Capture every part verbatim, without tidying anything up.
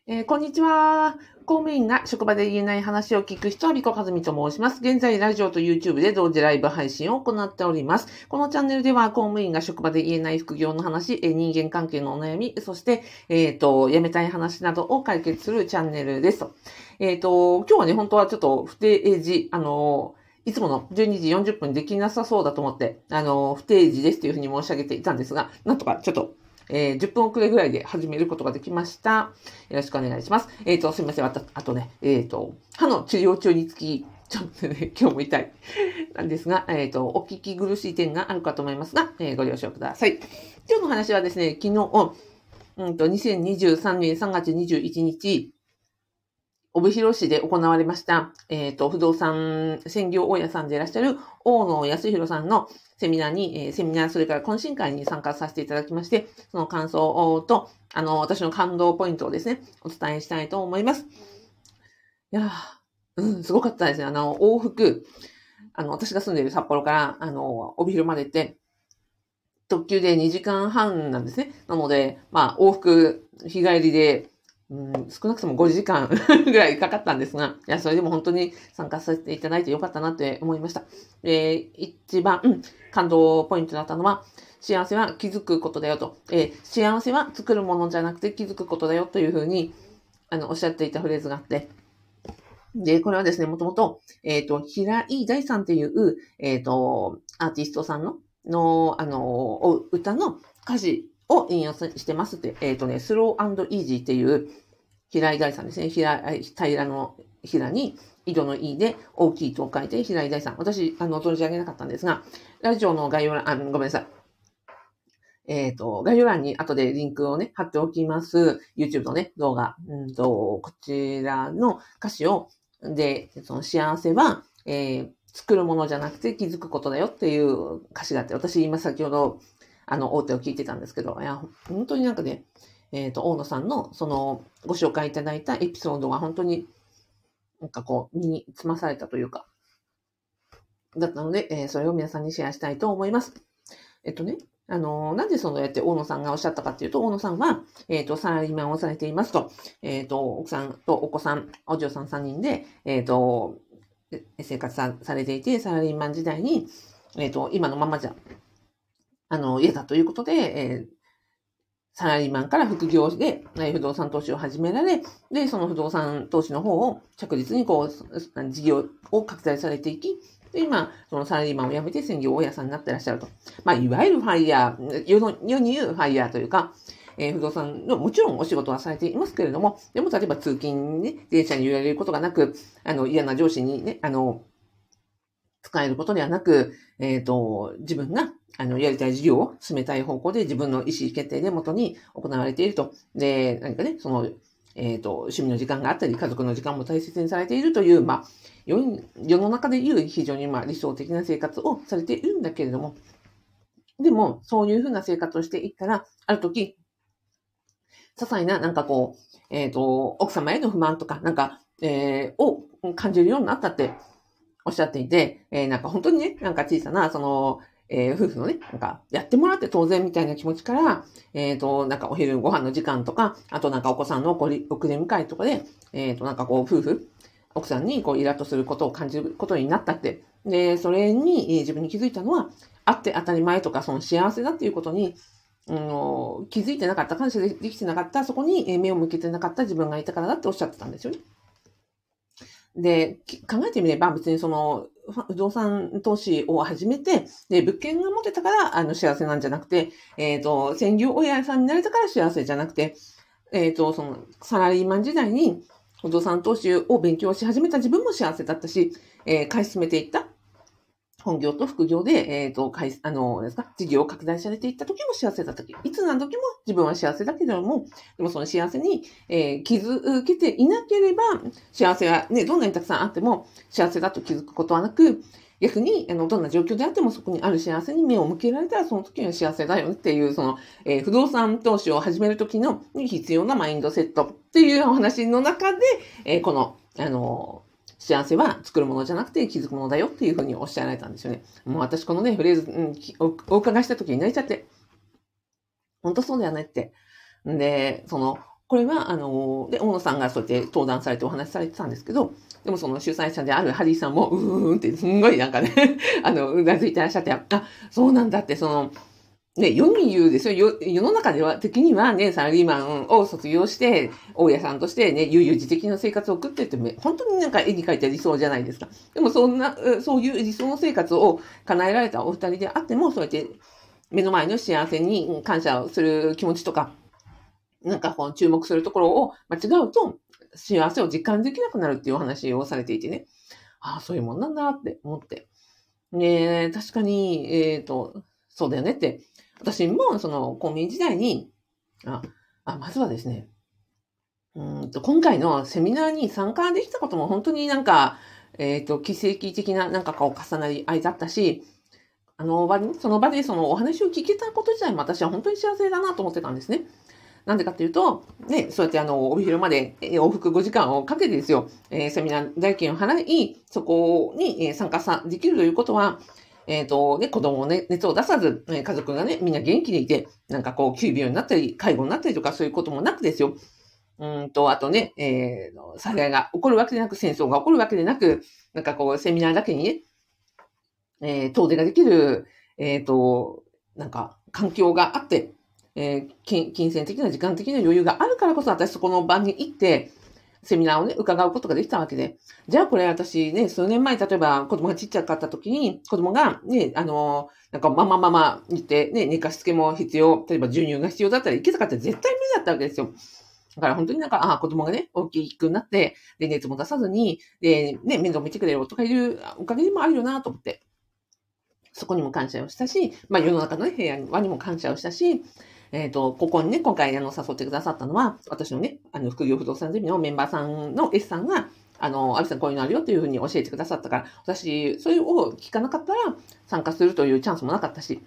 えーこんにちは。公務員が職場で言えない話を聞く人は、リコカズミと申します。現在、ラジオと YouTube で同時ライブ配信を行っております。このチャンネルでは、公務員が職場で言えない副業の話、えー人間関係のお悩み、そして、えっ、と、辞めたい話などを解決するチャンネルですと。えっ、と、今日はね、本当はちょっと不定時、あのいつものじゅうにじよんじゅっぷんできなさそうだと思って、あの不定時ですというふうに申し上げていたんですが、なんとかちょっと、えーじゅっぷん遅れぐらいで始めることができました。よろしくお願いします。えっ、と、すみません。あと、あとね、えっ、と、歯の治療中につき、ちょっとね、今日も痛い。なんですが、えっ、と、お聞き苦しい点があるかと思いますが、えーご了承ください。今日の話はですね、昨日、うんと、にせんにじゅうさんねんさんがつにじゅういちにち、帯広市で行われました、えっ、と、不動産専業大家さんでいらっしゃる大野康弘さんのセミナーに、えーセミナー、それから懇親会に参加させていただきまして、その感想と、あの、私の感動ポイントをですね、お伝えしたいと思います。いやー、うん、すごかったですね。あの、往復、あの、私が住んでいる札幌から、あの、帯広まで行って、特急でにじかんはんなんですね。なので、まあ、往復、日帰りで、うん、少なくともごじかんぐらいかかったんですが、いや、それでも本当に参加させていただいてよかったなって思いました。えー一番、うん、感動ポイントだったのは、幸せは気づくことだよと、えー幸せは作るものじゃなくて気づくことだよというふうに、あの、おっしゃっていたフレーズがあって、で、これはですね、もともと、えっ、と、平井大さんっていう、えっ、と、アーティストさんの、の、あの、お歌の歌詞を引用してますって、えっ、とね、スローイージーっていう平井大さんですね。平井、平の平に、井戸の井で大きいと書いて平井大さん。私、あの、存じ上げなかったんですが、ラジオの概要欄、あ、ごめんなさい。えっ、と、概要欄に後でリンクをね、貼っておきます。YouTube のね、動画。うんと、こちらの歌詞を、で、その幸せは、えー作るものじゃなくて気づくことだよっていう歌詞があって、私今先ほど、あの、大手を聞いてたんですけど、いや、本当になんかね、えっ、と、大野さんの、その、ご紹介いただいたエピソードが本当に、なんかこう、身につまされたというか、だったので、えーそれを皆さんにシェアしたいと思います。えっとね、あの、なんでそのやって大野さんがおっしゃったかっていうと、大野さんは、えっと、サラリーマンをされていますと、えっと、奥さんとお子さん、お嬢さんさんにんで、えっと、生活さされていて、サラリーマン時代に、えっと、今のままじゃ、あの、嫌だということで、えーサラリーマンから副業で、え不動産投資を始められ、で、その不動産投資の方を着実にこう、事業を拡大されていき、で、今、そのサラリーマンを辞めて専業大家さんになってらっしゃると。まあ、いわゆるファイヤー、世の世に言うファイヤーというか、えー不動産の、もちろんお仕事はされていますけれども、でも例えば通勤にね、電車に揺られることがなく、あの、嫌な上司にね、あの、使えることではなく、えっ、と、自分が、あの、やりたい事業を進めたい方向で自分の意思決定で元に行われていると。で、何かね、その、えっ、と、趣味の時間があったり、家族の時間も大切にされているという、まあ、世世の中でいう非常にまあ理想的な生活をされているんだけれども、でも、そういうふうな生活をしていったら、ある時、些細な、なんかこう、えっ、と、奥様への不満とか、なんか、えーを感じるようになったっておっしゃっていて、えーなんか本当にね、なんか小さな、その、えー夫婦のね、なんか、やってもらって当然みたいな気持ちから、えっ、と、なんかお昼ご飯の時間とか、あとなんかお子さんの送り送り迎えとかで、えっ、と、なんかこう、夫婦、奥さんにこう、イラッとすることを感じることになったって。で、それに、えー自分に気づいたのは、あって当たり前とか、その幸せだっていうことに、うん、気づいてなかった、感謝できてなかった、そこにえー目を向けてなかった自分がいたからだっておっしゃってたんですよね。で、き考えてみれば別にその、ファ不動産投資を始めて、で、物件が持てたから、あの、幸せなんじゃなくて、えっ、と、専業親さんになれたから幸せじゃなくて、えっ、と、その、サラリーマン時代に不動産投資を勉強し始めた自分も幸せだったし、えー、買い進めていった本業と副業で、えっ、と、会あの、ですか、事業を拡大されていった時も幸せだった時、いつ何時も自分は幸せだけれども、でもその幸せに、えー気づけていなければ、幸せがね、どんなにたくさんあっても、幸せだと気づくことはなく、逆に、あの、どんな状況であってもそこにある幸せに目を向けられたら、その時には幸せだよねっていう、その、えー不動産投資を始める時のに必要なマインドセットっていうお話の中で、えーこの、あの、幸せは作るものじゃなくて気づくものだよっていうふうにおっしゃられたんですよね。もう私このね、フレーズ、うん、おお伺いした時に泣いちゃって、本当そうだよねって。で、その、 これは、あの、で、大野さんがそうやって登壇されてお話しされてたんですけど、でもその主催者であるハリーさんも、うーんって、すんごいなんかね、あの、うなずいてらっしゃって、あ、そうなんだって、その、ね、世に言うですよ。世の中では、的にはね、サラリーマンを卒業して、大家さんとしてね、悠々自適な生活を送ってって、本当になんか絵に描いた理想じゃないですか。でもそんな、そういう理想の生活を叶えられたお二人であっても、そうやって目の前の幸せに感謝をする気持ちとか、なんかこう注目するところを間違うと、幸せを実感できなくなるっていうお話をされていてね。ああ、そういうもんなんだって思って。ね、確かに、えっと、そうだよねって。私も、その、公務員時代に、あ、あまずはですね、うんと、今回のセミナーに参加できたことも本当になんか、えっと、奇跡的ななんかこう重なり合いだったし、あの場に、その場でそのお話を聞けたこと自体も私は本当に幸せだなと思ってたんですね。なんでかっていうと、ね、そうやってあの、帯広まで往復ごじかんをかけてですよ、えー、セミナー代金を払い、そこに参加さ、できるということは、えっ、ー、と、ね、子供をね、熱を出さず、家族がね、みんな元気でいて、なんかこう、急病になったり、介護になったりとか、そういうこともなくですよ。うんと、あとね、えー、災害が起こるわけでなく、戦争が起こるわけでなく、なんかこう、セミナーだけにね、えー、遠出ができる、えっ、ー、と、なんか、環境があって、えー、金銭的な時間的な余裕があるからこそ、私そこの場に行って、セミナーをね、伺うことができたわけで。じゃあこれ私ね、数年前、例えば子供がちっちゃかった時に、子供がね、あの、なんかママママ言ってね、寝かしつけも必要、例えば授乳が必要だったら行けたかったら絶対無理だったわけですよ。だから本当になんか、ああ、子供がね、大きくなって、で、熱も出さずに、で、ね、面倒見てくれるとかいうおかげでもあるよなと思って。そこにも感謝をしたし、まあ世の中の、ね、平和にも感謝をしたし、えっ、ー、と、ここにね、今回あの誘ってくださったのは、私のね、あの、副業不動産ゼミのメンバーさんの S さんが、あの、アビさんこういうのあるよというふうに教えてくださったから、私、それを聞かなかったら参加するというチャンスもなかったし。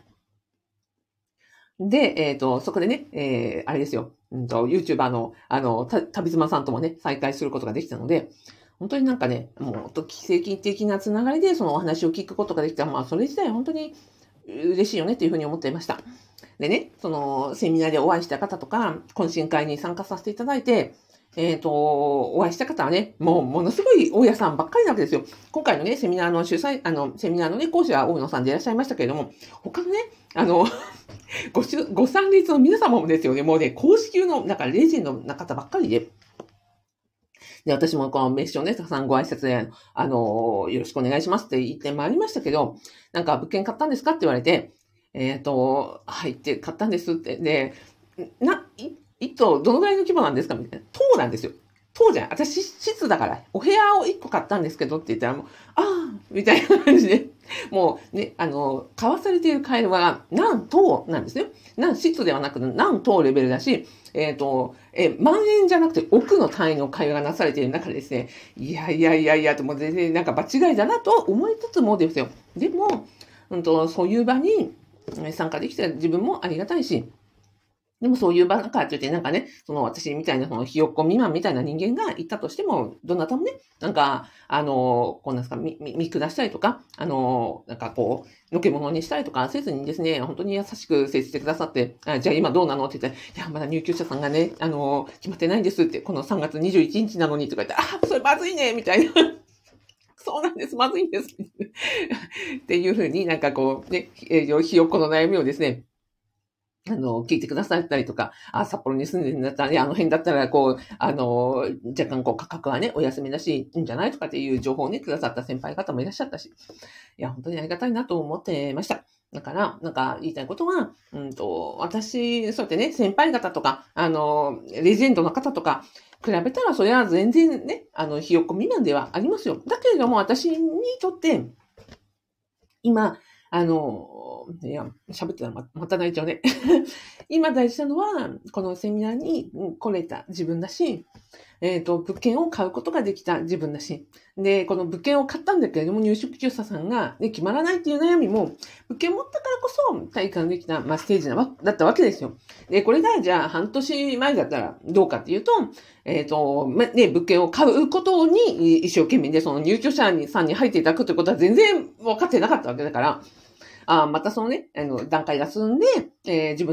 で、えっ、ー、と、そこでね、えー、あれですよ、うんと、YouTuber の、あの、た、旅妻さんともね、再会することができたので、本当になんかね、もう、奇跡的なつながりでそのお話を聞くことができた。まあ、それ自体本当に嬉しいよねというふうに思っていました。でね、その、セミナーでお会いした方とか、懇親会に参加させていただいて、えっ、ー、と、お会いした方はね、もう、ものすごい大家さんばっかりなわけですよ。今回のね、セミナーの主催、あの、セミナーのね、講師は大野さんでいらっしゃいましたけれども、他のね、あの、ごし、ご参列の皆様もですよね、もうね、公式級の、なんかレジェンドな方ばっかりで、で、私もこの名刺をね、たくさんご挨拶で、あの、よろしくお願いしますって言ってまいりましたけど、なんか物件買ったんですかって言われて、えっ、ー、と、はい、って買ったんですって。で、な、い、一棟どのぐらいの規模なんですかみたいな。棟なんですよ。棟じゃん。私、室だから、お部屋を一個買ったんですけどって言ったらもう、ああ、みたいな感じで、もうね、あの、交わされている会話が何棟なんですよ。何室ではなく何棟レベルだし、えっ、ー、と、え、万円じゃなくて億の単位の会話がなされている中でですね、いやいやいやいやと、もう全然なんか場違いだなと思いつつもですよ。でも、うんと、そういう場に参加できたら自分もありがたいし、でもそういう場かって言って、なんかね、その私みたいなそのひよっこ未満みたいな人間が行ったとしても、どなたもね、なんか、あの、こうなんですか、見、見下したりとか、あの、なんかこう、のけ者にしたりとかせずにですね、本当に優しく接してくださって、あじゃあ今どうなのって言って、いや、まだ入居者さんがね、あの、決まってないんですって、このさんがつにじゅういちにちなのにとか言って、あ、それまずいねみたいな。そうなんです、まずいんです。っていうふうになんかこう、ね、ひよっこの悩みをですね、あの、聞いてくださったりとか、あ、札幌に住んでるんだったらね、あの辺だったら、こう、あの、若干こう価格はね、お安めだし、いいんじゃないとかっていう情報をね、くださった先輩方もいらっしゃったし、いや、本当にありがたいなと思ってました。だから、なんか言いたいことは、うんと、私、そうやってね、先輩方とか、あの、レジェンドの方とか、比べたら、それは全然ね、あの、ひよっこ未満ではありますよ。だけれども、私にとって、今、あの、いや、喋ってたらままた泣いちゃうね。今大事なのは、このセミナーに来れた自分だし、えっと、物件を買うことができた自分だし、で、この物件を買ったんだけれども、入植調査さんが、ね、決まらないっていう悩みも、物件を持ったからこそ体感できた、まあ、ステージなわだったわけですよ。で、これが、じゃあ、半年前だったらどうかっていうと、えっと、ま、ね、物件を買うことに一生懸命で、その入居者さんに入っていただくということは全然分かってなかったわけだから、あまたそのね、あの、段階が進んで、えー、自分のね、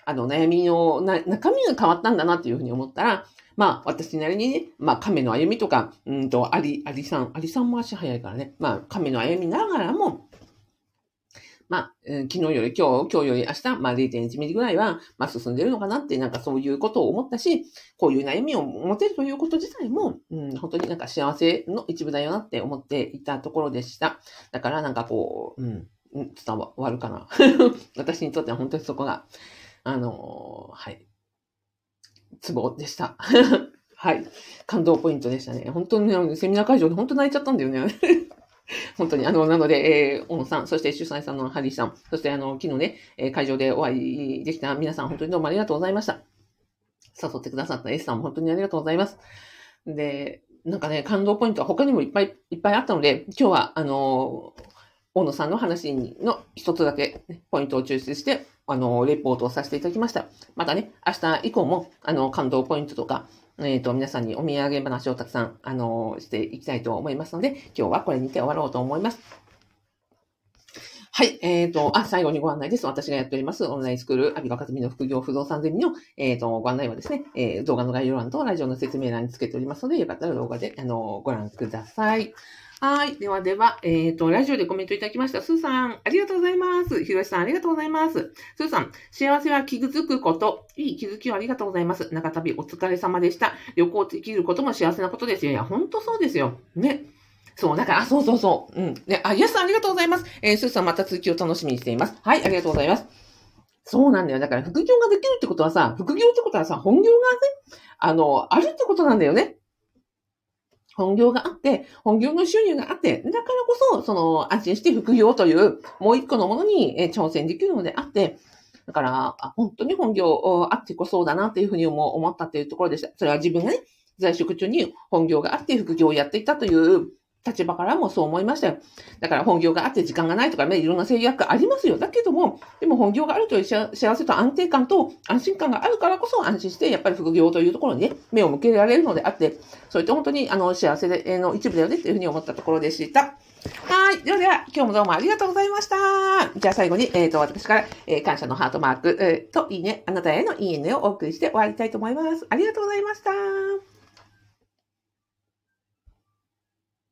あの、悩みのな、中身が変わったんだなっていうふうに思ったら、まあ、私なりにね、まあ、亀の歩みとか、うんと、アリ、アリさん、アリさんも足早いからね、まあ、亀の歩みながらも、まあ、うん、昨日より今日、今日より明日、まあ、れいてんいちミリぐらいは、まあ、進んでるのかなって、なんかそういうことを思ったし、こういう悩みを持てるということ自体も、うん、本当になんか幸せの一部だよなって思っていたところでした。だからなんかこう、うん、伝わるかな。私にとっては本当にそこが、あのー、はい、ツボでした。はい。感動ポイントでしたね。本当にね、セミナー会場で本当泣いちゃったんだよね。本当に、あの、なので、えー、小野さん、そして主催さんのハリーさん、そしてあの、昨日ね、えー、会場でお会いできた皆さん、本当にどうもありがとうございました。誘ってくださった S さんも本当にありがとうございます。で、なんかね、感動ポイントは他にもいっぱいいっぱいあったので、今日は、あのー、大野さんの話の一つだけ、ね、ポイントを抽出して、あのー、レポートをさせていただきました。またね、明日以降も、あの、感動ポイントとか、えっと、皆さんにお土産話をたくさん、あのー、していきたいと思いますので、今日はこれにて終わろうと思います。はい。えっ、ー、と、あ、最後にご案内です。私がやっております、オンラインスクール、アビバカズミの副業不動産ゼミの、えっ、ー、と、ご案内はですね、えー、動画の概要欄とラジオの説明欄につけておりますので、よかったら動画で、あの、ご覧ください。はい。ではでは、えっ、ー、と、ラジオでコメントいただきました。スーさん、ありがとうございます。ひろしさん、ありがとうございます。スーさん、幸せは気づくこと。いい気づきをありがとうございます。長旅お疲れ様でした。旅行できることも幸せなことですよ。いや、ほんとそうですよ。ね。そう、だから、あ、そうそうそう。うん。ね、あ、イエスさんありがとうございます。えー、スーさんまた続きを楽しみにしています。はい、ありがとうございます。そうなんだよ。だから、副業ができるってことはさ、副業ってことはさ、本業がね、あの、あるってことなんだよね。本業があって、本業の収入があって、だからこそ、その、安心して副業という、もう一個のものに、えー、挑戦できるのであって、だから、あ本当に本業あってこそだなっていうふうに思ったっていうところでした。それは自分がね、在職中に本業があって副業をやっていたという立場からもそう思いましたよ。だから本業があって時間がないとかね、いろんな制約ありますよ。だけども、でも本業があるという幸せと安定感と安心感があるからこそ安心して、やっぱり副業というところにね、目を向けられるのであって、そういった本当にあの幸せの一部だよねっていうふうに思ったところでした。はい。ではでは、今日もどうもありがとうございました。じゃあ最後に、えっ、ー、と、私から、えー、感謝のハートマーク、えー、と、いいね、あなたへのいいねをお送りして終わりたいと思います。ありがとうございました。